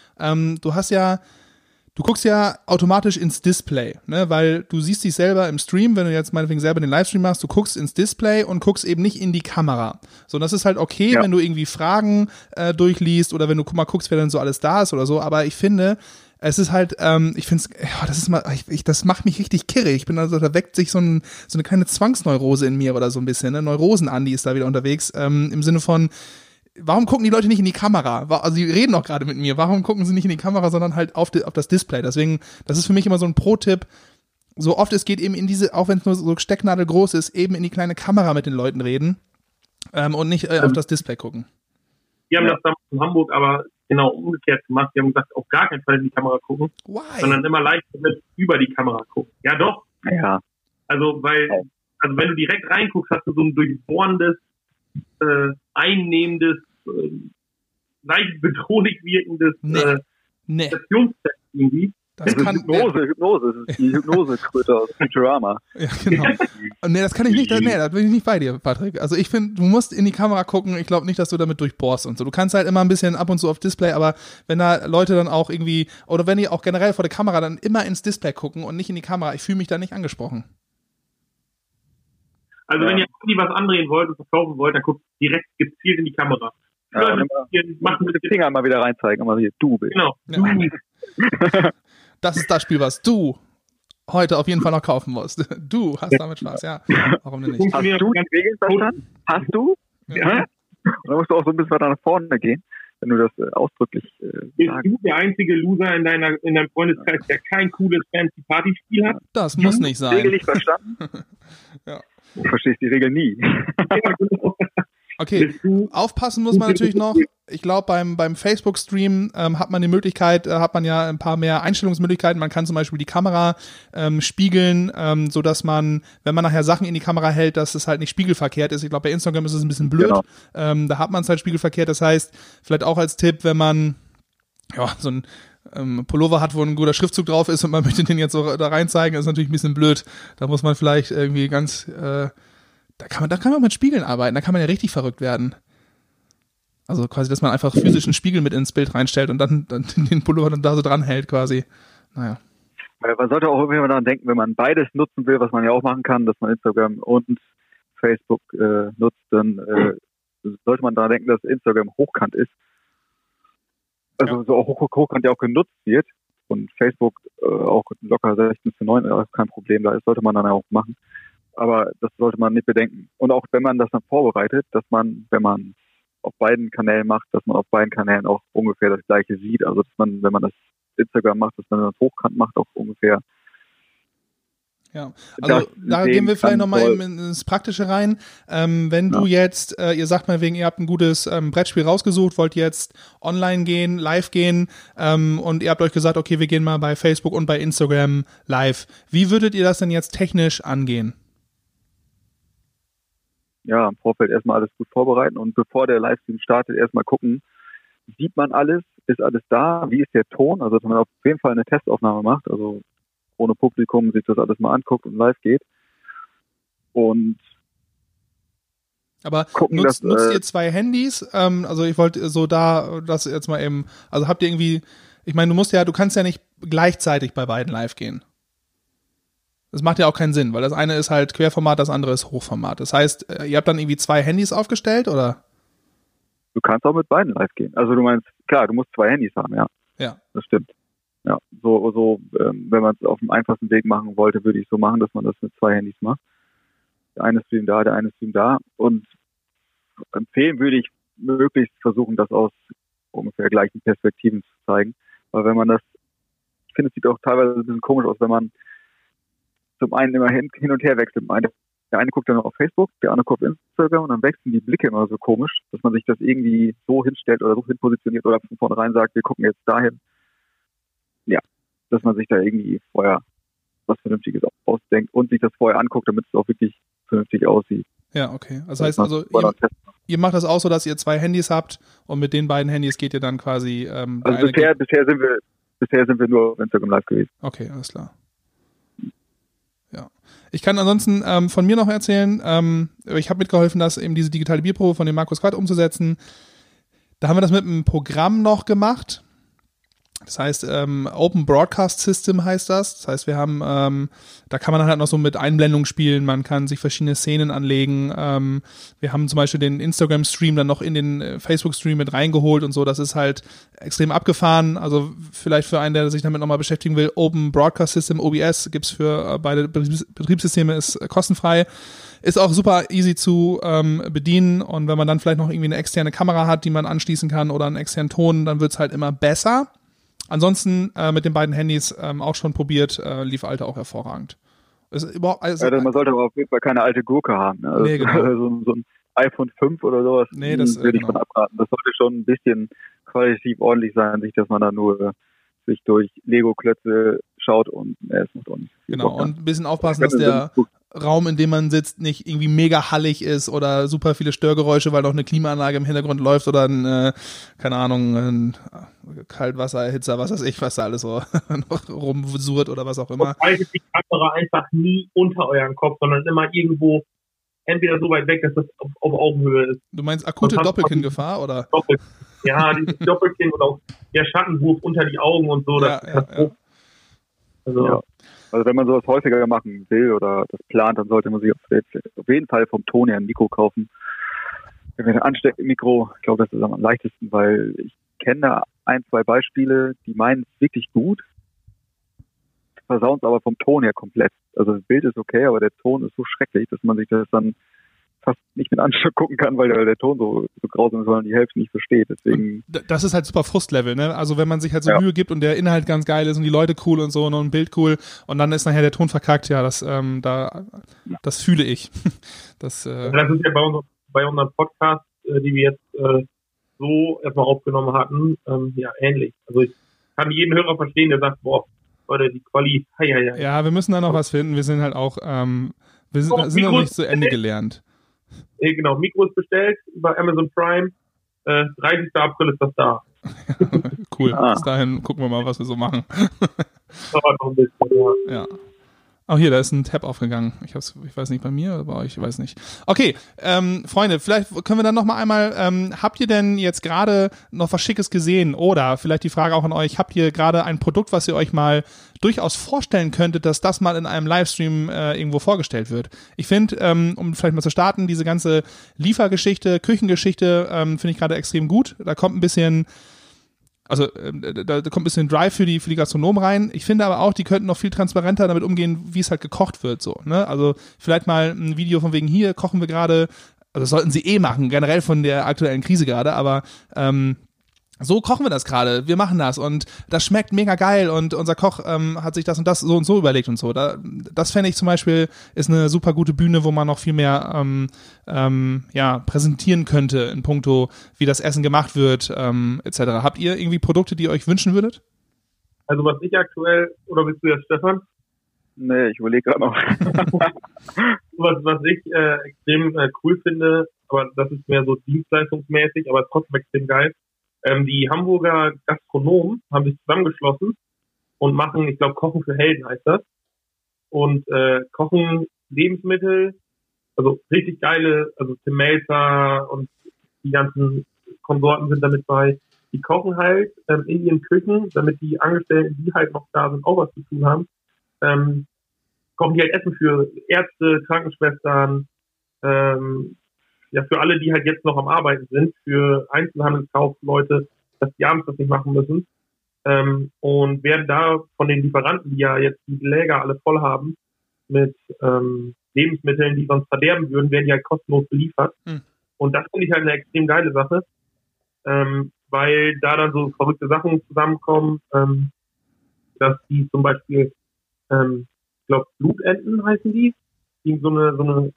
Du guckst ja automatisch ins Display, ne, weil du siehst dich selber im Stream, wenn du jetzt meinetwegen selber den Livestream machst, du guckst ins Display und guckst eben nicht in die Kamera. So, und das ist halt okay, wenn du irgendwie Fragen durchliest oder wenn du mal guckst, wer denn so alles da ist oder so, aber ich finde, es ist halt, ich finde es, das macht mich richtig kirre. Ich bin also, da weckt sich so eine kleine Zwangsneurose in mir oder so ein bisschen, ne, Neurosen-Andi ist da wieder unterwegs, im Sinne von, warum gucken die Leute nicht in die Kamera? Also sie reden doch gerade mit mir. Warum gucken sie nicht in die Kamera, sondern halt auf das Display? Deswegen, das ist für mich immer so ein Pro-Tipp. So oft es geht eben in diese, auch wenn es nur so stecknadelgroß ist, eben in die kleine Kamera mit den Leuten reden und nicht auf das Display gucken. Wir haben das damals in Hamburg aber genau umgekehrt gemacht. Wir haben gesagt, auf gar keinen Fall in die Kamera gucken, sondern immer leicht über die Kamera gucken. Ja, doch. Ja. Also, wenn du direkt reinguckst, hast du so ein durchbohrendes, einnehmendes, leicht bedrohlich wirkendes Stationstest irgendwie. Das ist Hypnose. Das ist die Hypnose-Kröte aus Futurama. Ja, genau. Nee, das kann ich nicht, da bin ich nicht bei dir, Patrick. Also ich finde, du musst in die Kamera gucken. Ich glaube nicht, dass du damit durchbohrst und so. Du kannst halt immer ein bisschen ab und zu auf Display, aber wenn da Leute dann auch irgendwie, oder wenn die auch generell vor der Kamera dann immer ins Display gucken und nicht in die Kamera, ich fühle mich da nicht angesprochen. Also wenn ihr was andrehen wollt und verkaufen wollt, dann guckt direkt gezielt in die Kamera. Ja, macht mit dem Finger mal wieder reinzeigen, immer hier, du bist. Genau. Ja. Das ist das Spiel, was du heute auf jeden Fall noch kaufen musst. Du hast damit Spaß, ja. Warum denn nicht? Hast du die Regeln verstanden? Hast du? Ja. Dann musst du auch so ein bisschen weiter nach vorne gehen, wenn du das ausdrücklich sagst. Bist du der einzige Loser in deinem Freundeskreis, der kein cooles Fancy-Party-Spiel hat? Das muss nicht sein. Regel nicht verstanden? Ja. Du verstehst die Regel nie. Okay, aufpassen muss man natürlich noch. Ich glaube, beim Facebook-Stream hat man die Möglichkeit, hat man ja ein paar mehr Einstellungsmöglichkeiten. Man kann zum Beispiel die Kamera spiegeln, sodass man, wenn man nachher Sachen in die Kamera hält, dass es halt nicht spiegelverkehrt ist. Ich glaube, bei Instagram ist es ein bisschen blöd. Genau. Da hat man es halt spiegelverkehrt. Das heißt, vielleicht auch als Tipp, wenn man so ein Pullover hat, wo ein guter Schriftzug drauf ist und man möchte den jetzt so da rein zeigen, ist natürlich ein bisschen blöd. Da muss man vielleicht irgendwie ganz, da kann man mit Spiegeln arbeiten, da kann man ja richtig verrückt werden. Also quasi, dass man einfach physisch einen Spiegel mit ins Bild reinstellt und dann den Pullover dann da so dran hält quasi. Naja. Man sollte auch immer daran denken, wenn man beides nutzen will, was man ja auch machen kann, dass man Instagram und Facebook nutzt, dann sollte man daran denken, dass Instagram hochkant ist. Also so hochkant ja auch genutzt wird und Facebook auch locker 16:9 ist kein Problem, das sollte man dann auch machen. Aber das sollte man nicht bedenken. Und auch wenn man das dann vorbereitet, dass man, wenn man auf beiden Kanälen macht, dass man auf beiden Kanälen auch ungefähr das Gleiche sieht. Also dass man, wenn man das Instagram macht, dass man das hochkant macht, auch ungefähr. Ja, also da gehen wir vielleicht nochmal ins Praktische rein. Wenn du jetzt, ihr sagt mal wegen, ihr habt ein gutes Brettspiel rausgesucht, wollt jetzt online gehen, live gehen und ihr habt euch gesagt, okay, wir gehen mal bei Facebook und bei Instagram live. Wie würdet ihr das denn jetzt technisch angehen? Ja, im Vorfeld erstmal alles gut vorbereiten und bevor der Livestream startet, erstmal gucken, sieht man alles, ist alles da, wie ist der Ton, also dass man auf jeden Fall eine Testaufnahme macht, also ohne Publikum sich das alles mal anguckt und live geht. Und aber nutzt ihr 2 Handys? Also ich wollte so das jetzt mal eben, also habt ihr irgendwie, ich meine, du kannst ja nicht gleichzeitig bei beiden live gehen. Das macht ja auch keinen Sinn, weil das eine ist halt Querformat, das andere ist Hochformat. Das heißt, ihr habt dann irgendwie 2 Handys aufgestellt, oder? Du kannst auch mit beiden live gehen. Also du meinst, klar, du musst 2 Handys haben, ja. Ja. Das stimmt. Ja, wenn man es auf dem einfachsten Weg machen wollte, würde ich so machen, dass man das mit 2 Handys macht. Der eine Stream da, der eine Stream da. Und empfehlen würde ich möglichst versuchen, das aus ungefähr gleichen Perspektiven zu zeigen. Weil wenn man das, ich finde, es sieht auch teilweise ein bisschen komisch aus, wenn man zum einen immer hin und her wechselt. Der eine guckt dann auf Facebook, der andere guckt auf Instagram und dann wechseln die Blicke immer so komisch, dass man sich das irgendwie so hinstellt oder so hinpositioniert oder von vornherein sagt, wir gucken jetzt dahin. Ja, dass man sich da irgendwie vorher was Vernünftiges ausdenkt und sich das vorher anguckt, damit es auch wirklich vernünftig aussieht. Ja, okay. Das heißt also, ihr macht das auch so, dass ihr 2 Handys habt und mit den beiden Handys geht ihr dann quasi... also bisher sind wir nur auf Instagram Live gewesen. Okay, alles klar. Ja. Ich kann ansonsten von mir noch erzählen, ich habe mitgeholfen, das eben diese digitale Bierprobe von dem Markus Quadt umzusetzen. Da haben wir das mit einem Programm noch gemacht. Das heißt, Open Broadcast System heißt das. Das heißt, wir haben, da kann man halt noch so mit Einblendung spielen, man kann sich verschiedene Szenen anlegen. Wir haben zum Beispiel den Instagram-Stream dann noch in den Facebook-Stream mit reingeholt und so. Das ist halt extrem abgefahren. Also vielleicht für einen, der sich damit nochmal beschäftigen will, Open Broadcast System, OBS, gibt's für beide Betriebssysteme, ist kostenfrei. Ist auch super easy zu bedienen und wenn man dann vielleicht noch irgendwie eine externe Kamera hat, die man anschließen kann oder einen externen Ton, dann wird's halt immer besser. Ansonsten mit den beiden Handys auch schon probiert, lief Alter auch hervorragend. Man sollte aber auf jeden Fall keine alte Gurke haben. Ne? Also nee, genau. so ein iPhone 5 oder sowas, nee, das würde ich von abraten. Das sollte schon ein bisschen qualitativ ordentlich sein, nicht, dass man da nur sich durch Lego-Klötze schaut und es macht auch nicht viel Genau, Bock, und ein bisschen aufpassen, dass der Raum, in dem man sitzt, nicht irgendwie mega hallig ist oder super viele Störgeräusche, weil noch eine Klimaanlage im Hintergrund läuft oder ein, keine Ahnung, ein Kaltwassererhitzer, was weiß ich, was da alles so noch rumsurrt oder was auch immer. Haltet die Kamera einfach nie unter euren Kopf, sondern immer irgendwo entweder so weit weg, dass das auf Augenhöhe ist. Du meinst akute Doppelkinn-Gefahr, oder? Ja, dieses Doppelkinn oder auch der Schattenwurf unter die Augen und so. Ja. Also wenn man sowas häufiger machen will oder das plant, dann sollte man sich auf jeden Fall vom Ton her ein Mikro kaufen. Wenn wir ein Ansteckmikro, ich glaube, das ist am leichtesten, weil ich kenne da 1, 2 Beispiele, die meinen es wirklich gut, versauen es aber vom Ton her komplett. Also das Bild ist okay, aber der Ton ist so schrecklich, dass man sich das dann fast nicht mit angucken kann, weil der Ton so grausam ist, weil man die Hälfte nicht versteht. Deswegen. Das ist halt super Frustlevel, ne? Also wenn man sich halt so Mühe gibt und der Inhalt ganz geil ist und die Leute cool und so und ein Bild cool und dann ist nachher der Ton verkackt, ja, das fühle ich. Das ist ja bei unserem Podcast, die wir jetzt so erstmal aufgenommen hatten, ähnlich. Also ich kann jeden Hörer verstehen, der sagt, boah, Leute, die Quali, Ja, wir müssen da noch was finden. Wir sind halt auch, wir sind noch nicht zu Ende gelernt. Genau, Mikros bestellt über Amazon Prime. 30. April ist das da. Cool. Bis dahin gucken wir mal, was wir so machen. Dauert noch ein bisschen, ja. Oh, hier, da ist ein Tab aufgegangen. Ich weiß nicht, bei mir oder bei euch, ich weiß nicht. Okay, Freunde, vielleicht können wir dann noch mal einmal, habt ihr denn jetzt gerade noch was Schickes gesehen? Oder vielleicht die Frage auch an euch, habt ihr gerade ein Produkt, was ihr euch mal durchaus vorstellen könntet, dass das mal in einem Livestream irgendwo vorgestellt wird? Ich finde, um vielleicht mal zu starten, diese ganze Liefergeschichte, Küchengeschichte finde ich gerade extrem gut. Da kommt ein bisschen... Also da kommt ein bisschen Drive für die Gastronomen rein. Ich finde aber auch, die könnten noch viel transparenter damit umgehen, wie es halt gekocht wird. So, ne? Also vielleicht mal ein Video von wegen, hier kochen wir gerade, also das sollten sie machen, generell von der aktuellen Krise gerade, aber so kochen wir das gerade, wir machen das und das schmeckt mega geil und unser Koch hat sich das und das so und so überlegt und so. Das fände ich zum Beispiel ist eine super gute Bühne, wo man noch viel mehr präsentieren könnte in puncto, wie das Essen gemacht wird, etc. Habt ihr irgendwie Produkte, die ihr euch wünschen würdet? Also was ich aktuell, oder willst du jetzt, Stefan? Nee, ich überlege gerade noch. was ich extrem cool finde, aber das ist mehr so dienstleistungsmäßig, aber trotzdem extrem geil. Die Hamburger Gastronomen haben sich zusammengeschlossen und machen, ich glaube, Kochen für Helden heißt das. Und kochen Lebensmittel, also richtig geile, also Tim Melzer und die ganzen Konsorten sind damit bei. Die kochen halt in ihren Küchen, damit die Angestellten, die halt noch da sind, auch was zu tun haben. Kochen die halt Essen für Ärzte, Krankenschwestern, ja für alle, die halt jetzt noch am Arbeiten sind, für Einzelhandelskaufleute, dass die abends das nicht machen müssen. Und werden da von den Lieferanten, die ja jetzt die Läger alle voll haben, mit Lebensmitteln, die sonst verderben würden, werden die halt kostenlos beliefert. Und das finde ich halt eine extrem geile Sache, weil da dann so verrückte Sachen zusammenkommen, dass die zum Beispiel, ich glaube, Blutenten heißen die so eine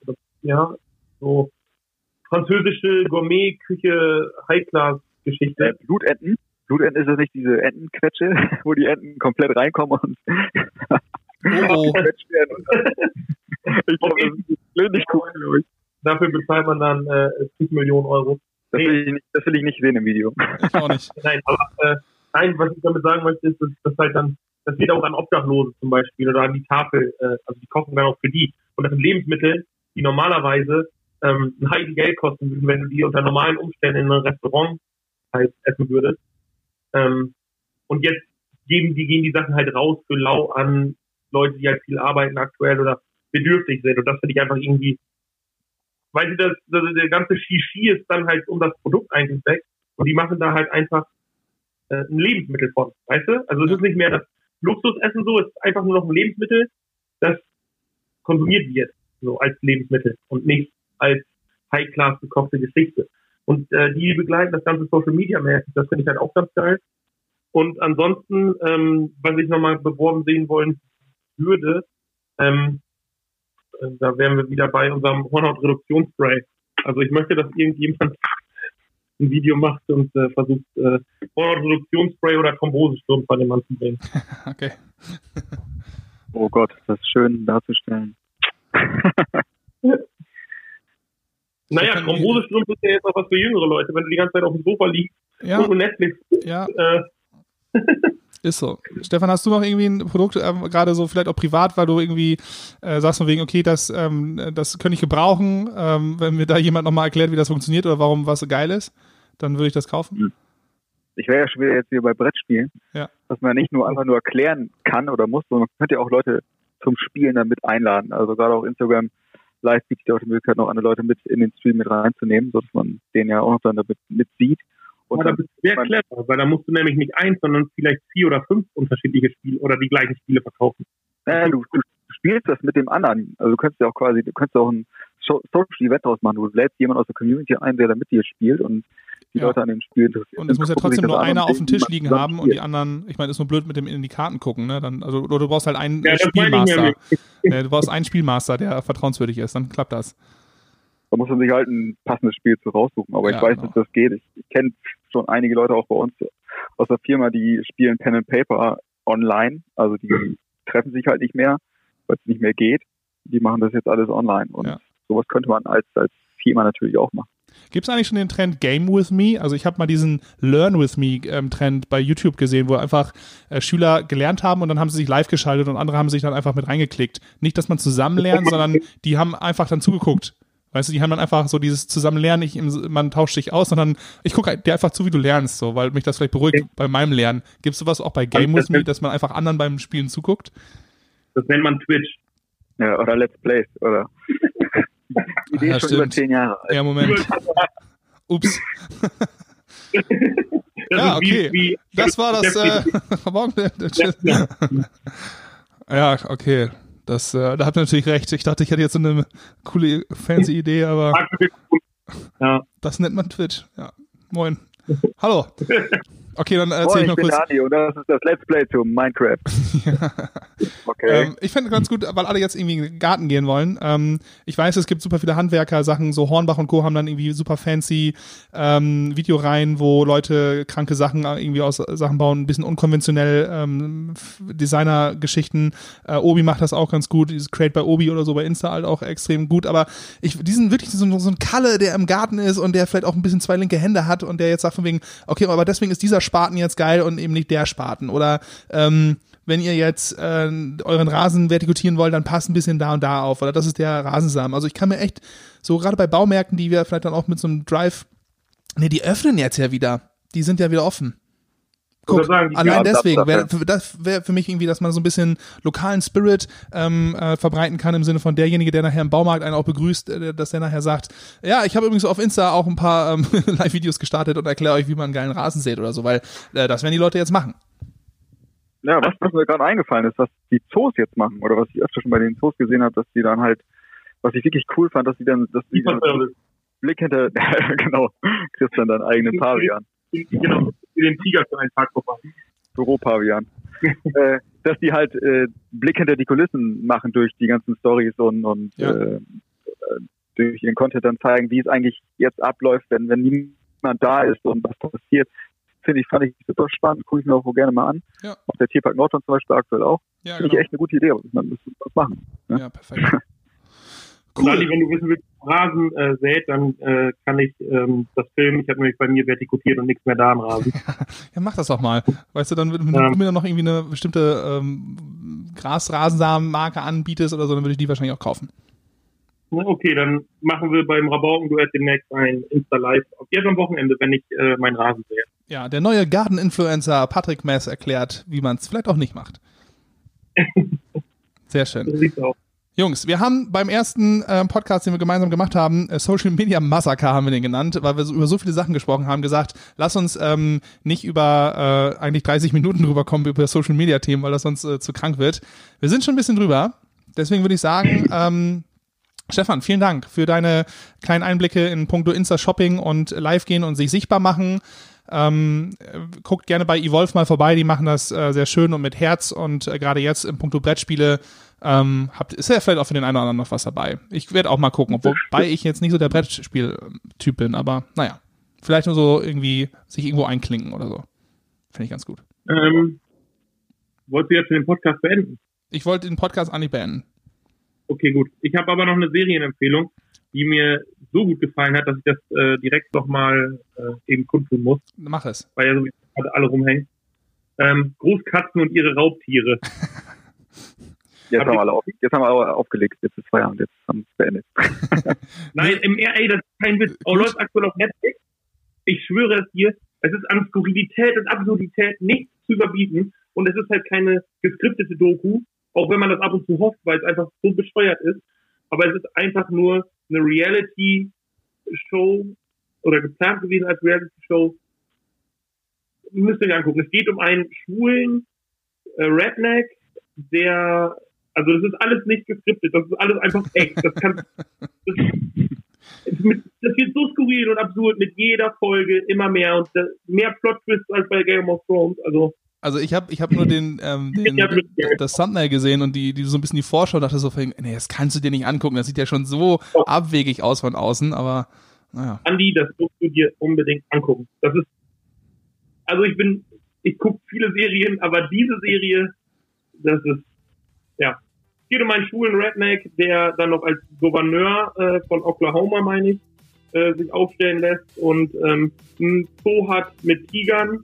französische Gourmet-Küche, High-Class-Geschichte. Blutenten? Blutenten ist das nicht diese Entenquetsche, wo die Enten komplett reinkommen und gequetscht werden? Ich glaube, das ist nicht cool, glaube ich. Dafür bezahlt man dann 5 Millionen Euro. Das will ich nicht sehen im Video. Ich auch nicht. Nein, aber was ich damit sagen möchte, ist, dass halt dann, das geht auch an Obdachlose zum Beispiel oder an die Tafel, also die kochen dann auch für die. Und das sind Lebensmittel, die normalerweise ein Heiden Geld kosten würden, wenn du die unter normalen Umständen in einem Restaurant halt essen würdest. Und jetzt gehen die Sachen halt raus für lau an Leute, die halt viel arbeiten aktuell oder bedürftig sind. Und das finde ich einfach irgendwie, weil der ganze Shishi ist dann halt um das Produkt eigentlich weg. Und die machen da halt einfach ein Lebensmittel von, weißt du? Also es ist nicht mehr das Luxusessen so, es ist einfach nur noch ein Lebensmittel, das konsumiert wird, so als Lebensmittel und nicht als High-Class gekochte Geschichte. Und die begleiten das ganze Social-Media-mäßig, das finde ich halt auch ganz geil. Und ansonsten, was ich nochmal beworben sehen wollen würde, da wären wir wieder bei unserem Hornhaut-Reduktionsspray. Also ich möchte, dass irgendjemand ein Video macht und versucht, Hornhaut-Reduktionsspray oder Thrombosesturm bei dem Mann zu bringen. Okay. Oh Gott, das ist schön darzustellen. Naja, Thrombosesturm ist ja jetzt auch was für jüngere Leute, wenn du die ganze Zeit auf dem Sofa liegst und Netflix. Ja. Ist so. Stefan, hast du noch irgendwie ein Produkt, gerade so vielleicht auch privat, weil du irgendwie sagst von wegen, okay, das könnte ich gebrauchen, wenn mir da jemand nochmal erklärt, wie das funktioniert oder warum was so geil ist, dann würde ich das kaufen. Ich wäre ja schon wieder jetzt hier bei Brettspielen, dass man nicht nur einfach nur erklären kann oder muss, sondern man könnte ja auch Leute zum Spielen dann mit einladen. Also gerade auch Instagram Live bietet ja auch die Möglichkeit, noch andere Leute mit in den Stream mit reinzunehmen, sodass man den ja auch noch dann damit mit sieht. Und das ist sehr clever, weil da musst du nämlich nicht 1, sondern vielleicht 4 oder 5 unterschiedliche Spiele oder die gleichen Spiele verkaufen. Du spielst das mit dem anderen. Also du könntest auch ein Social Event draus machen. Du lädst jemanden aus der Community ein, der da mit dir spielt und die Leute an dem Spiel interessiert. Und es muss ja trotzdem nur einer auf dem Tisch liegen haben und die anderen, ich meine, ist nur blöd mit dem in die Karten gucken, ne? Dann, also, oder du brauchst halt einen Spielmaster. Du brauchst einen Spielmaster, der vertrauenswürdig ist, dann klappt das. Da muss man sich halt ein passendes Spiel zu raussuchen. Aber ich weiß, dass das geht. Ich kenne schon einige Leute auch bei uns aus der Firma, die spielen Pen and Paper online. Also die treffen sich halt nicht mehr, weil es nicht mehr geht. Die machen das jetzt alles online. Und sowas könnte man als Firma natürlich auch machen. Gibt es eigentlich schon den Trend Game with Me? Also ich habe mal diesen Learn with Me Trend bei YouTube gesehen, wo einfach Schüler gelernt haben und dann haben sie sich live geschaltet und andere haben sich dann einfach mit reingeklickt. Nicht, dass man zusammen lernt, sondern die haben einfach dann zugeguckt. Weißt du, die haben dann einfach so dieses Zusammenlernen, man tauscht sich aus, sondern ich gucke dir einfach zu, wie du lernst, so, weil mich das vielleicht beruhigt bei meinem Lernen. Gibt es sowas auch bei Game with Me, dass man einfach anderen beim Spielen zuguckt? Das nennt man Twitch. Ja, oder Let's Plays, oder? Die Idee ist schon über 10 Jahre alt. Ja, Moment. Ups. Ja, okay. Das war das. Ja, okay. Da habt ihr natürlich recht. Ich dachte, ich hätte jetzt so eine coole, fancy Idee, aber das nennt man Twitch. Ja, moin. Hallo. Okay, dann erzähl ich mal kurz. Dani und das ist das Let's Play zu Minecraft. Okay. Ich fände ganz gut, weil alle jetzt irgendwie in den Garten gehen wollen. Ich weiß, es gibt super viele Handwerker-Sachen, so Hornbach und Co. haben dann irgendwie super fancy Videoreihen, wo Leute kranke Sachen irgendwie aus Sachen bauen, ein bisschen unkonventionell, Designer-Geschichten. Obi macht das auch ganz gut, dieses Create by Obi oder so bei Insta halt auch extrem gut, aber die sind wirklich so ein Kalle, der im Garten ist und der vielleicht auch ein bisschen 2 linke Hände hat und der jetzt sagt von wegen, okay, aber deswegen ist dieser Spaten jetzt geil und eben nicht der Spaten. Oder wenn ihr jetzt euren Rasen vertikutieren wollt, dann passt ein bisschen da und da auf. Oder das ist der Rasensamen. Also ich kann mir echt, so gerade bei Baumärkten, die wir vielleicht dann auch mit so einem Drive, die öffnen jetzt ja wieder. Die sind ja wieder offen. Guck, allein deswegen, das wäre für mich irgendwie, dass man so ein bisschen lokalen Spirit verbreiten kann, im Sinne von derjenige, der nachher im Baumarkt einen auch begrüßt, dass der nachher sagt, ja, ich habe übrigens auf Insta auch ein paar Live-Videos gestartet und erkläre euch, wie man einen geilen Rasen sät oder so, weil das werden die Leute jetzt machen. Ja, was mir gerade eingefallen ist, was die Zoos jetzt machen, oder was ich öfter schon bei den Zoos gesehen habe, dass die dann halt, was ich wirklich cool fand, dass die dann Blick hinter, genau, kriegst dann deinen eigenen Pavian. Genau, den Tiger für einen Tag vorbei. Büropavian. Dass die halt Blick hinter die Kulissen machen durch die ganzen Storys und durch ihren Content dann zeigen, wie es eigentlich jetzt abläuft, wenn niemand da ist und was passiert. Fand ich super spannend, gucke ich mir auch gerne mal an. Ja. Auch der Tierpark Nordhorn zum Beispiel aktuell auch. Ja, finde ich echt eine gute Idee, aber man muss was machen. Ne? Ja, perfekt. Cool. Lali, wenn du wissen willst, Rasen sät, dann kann ich das filmen. Ich habe nämlich bei mir vertikutiert und nichts mehr da am Rasen. Ja, mach das doch mal. Weißt du, dann, wenn du mir noch irgendwie eine bestimmte Gras-Rasensamen-Marke anbietest oder so, dann würde ich die wahrscheinlich auch kaufen. Okay, dann machen wir beim Rabauken-Duett demnächst ein Insta-Live. Jetzt am Wochenende, wenn ich meinen Rasen sehe. Ja, der neue Garten-Influencer Patrick Mess erklärt, wie man es vielleicht auch nicht macht. Sehr schön. So sieht's aus. Jungs, wir haben beim ersten Podcast, den wir gemeinsam gemacht haben, Social Media Massaker haben wir den genannt, weil wir über so viele Sachen gesprochen haben, gesagt, lass uns nicht über eigentlich 30 Minuten drüber kommen über Social Media Themen, weil das sonst zu krank wird. Wir sind schon ein bisschen drüber, deswegen würde ich sagen, Stefan, vielen Dank für deine kleinen Einblicke in puncto Insta-Shopping und live gehen und sich sichtbar machen. Guckt gerne bei Evolve mal vorbei, die machen das sehr schön und mit Herz und gerade jetzt in puncto Brettspiele ist ja vielleicht auch für den einen oder anderen noch was dabei. Ich werde auch mal gucken, wobei ich jetzt nicht so der Brettspiel-Typ bin, aber naja, vielleicht nur so irgendwie sich irgendwo einklinken oder so. Finde ich ganz gut. Wolltest du jetzt den Podcast beenden? Ich wollte den Podcast eigentlich beenden. Okay, gut. Ich habe aber noch eine Serienempfehlung, die mir so gut gefallen hat, dass ich das direkt nochmal eben kundtun muss. Mach es. Weil ja sowieso gerade alle rumhängen. Großkatzen und ihre Raubtiere. Jetzt haben wir alle aufgelegt. Jetzt ist Feierabend. Jetzt haben wir es beendet. Nein, das ist kein Witz. Läuft aktuell auf Netflix. Ich schwöre es dir, es ist an Skurrilität und Absurdität nichts zu überbieten. Und es ist halt keine geskriptete Doku, auch wenn man das ab und zu hofft, weil es einfach so bescheuert ist. Aber es ist einfach nur eine Reality-Show oder geplant gewesen als Reality-Show. Müsst ihr euch angucken. Es geht um einen schwulen Redneck, also das ist alles nicht geskriptet, das ist alles einfach echt. Das wird so skurril und absurd mit jeder Folge immer mehr und mehr Plot-Twists als bei Game of Thrones. Also ich hab nur das Thumbnail gesehen und die so ein bisschen die Vorschau, dachte so, nee, das kannst du dir nicht angucken, das sieht ja schon so abwegig aus von außen, aber naja. Andi, das musst du dir unbedingt angucken. Das ist, also ich gucke viele Serien, aber diese Serie, das ist, ja. Es geht um einen schwulen Redneck, der dann noch als Gouverneur von Oklahoma, meine ich, sich aufstellen lässt und einen Zoo hat mit Tigern.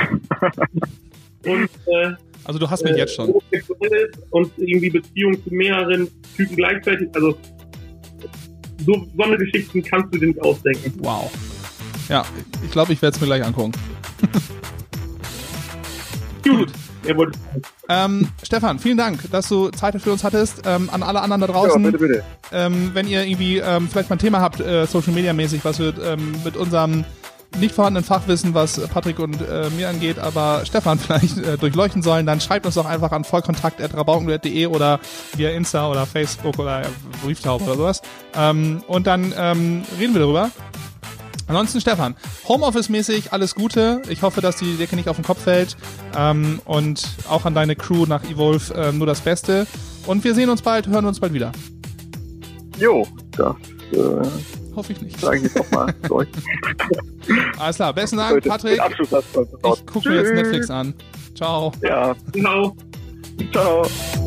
Und, also du hast mich jetzt schon. Und irgendwie Beziehungen zu mehreren Typen gleichzeitig. Also so eine Geschichten kannst du dir nicht ausdenken. Wow. Ja, ich glaube, ich werde es mir gleich angucken. Gut. Stefan, vielen Dank, dass du Zeit für uns hattest. An alle anderen da draußen. Ja, bitte. Wenn ihr irgendwie vielleicht mal ein Thema habt, Social Media mäßig, was wir mit unserem nicht vorhandenen Fachwissen, was Patrick und mir angeht, aber Stefan vielleicht durchleuchten sollen, dann schreibt uns doch einfach an vollkontakt@rabauken.de oder via Insta oder Facebook oder Brieftaube oder sowas. Und dann reden wir darüber. Ansonsten, Stefan, Homeoffice-mäßig alles Gute. Ich hoffe, dass die Decke nicht auf den Kopf fällt. Und auch an deine Crew nach Evolve nur das Beste. Und wir hören uns bald wieder. Jo, das hoffe ich nicht. sage ich jetzt auch mal zu euch. Alles klar, besten Dank, Patrick. Ich gucke mir jetzt Netflix an. Ciao. Ja. Genau. Ciao.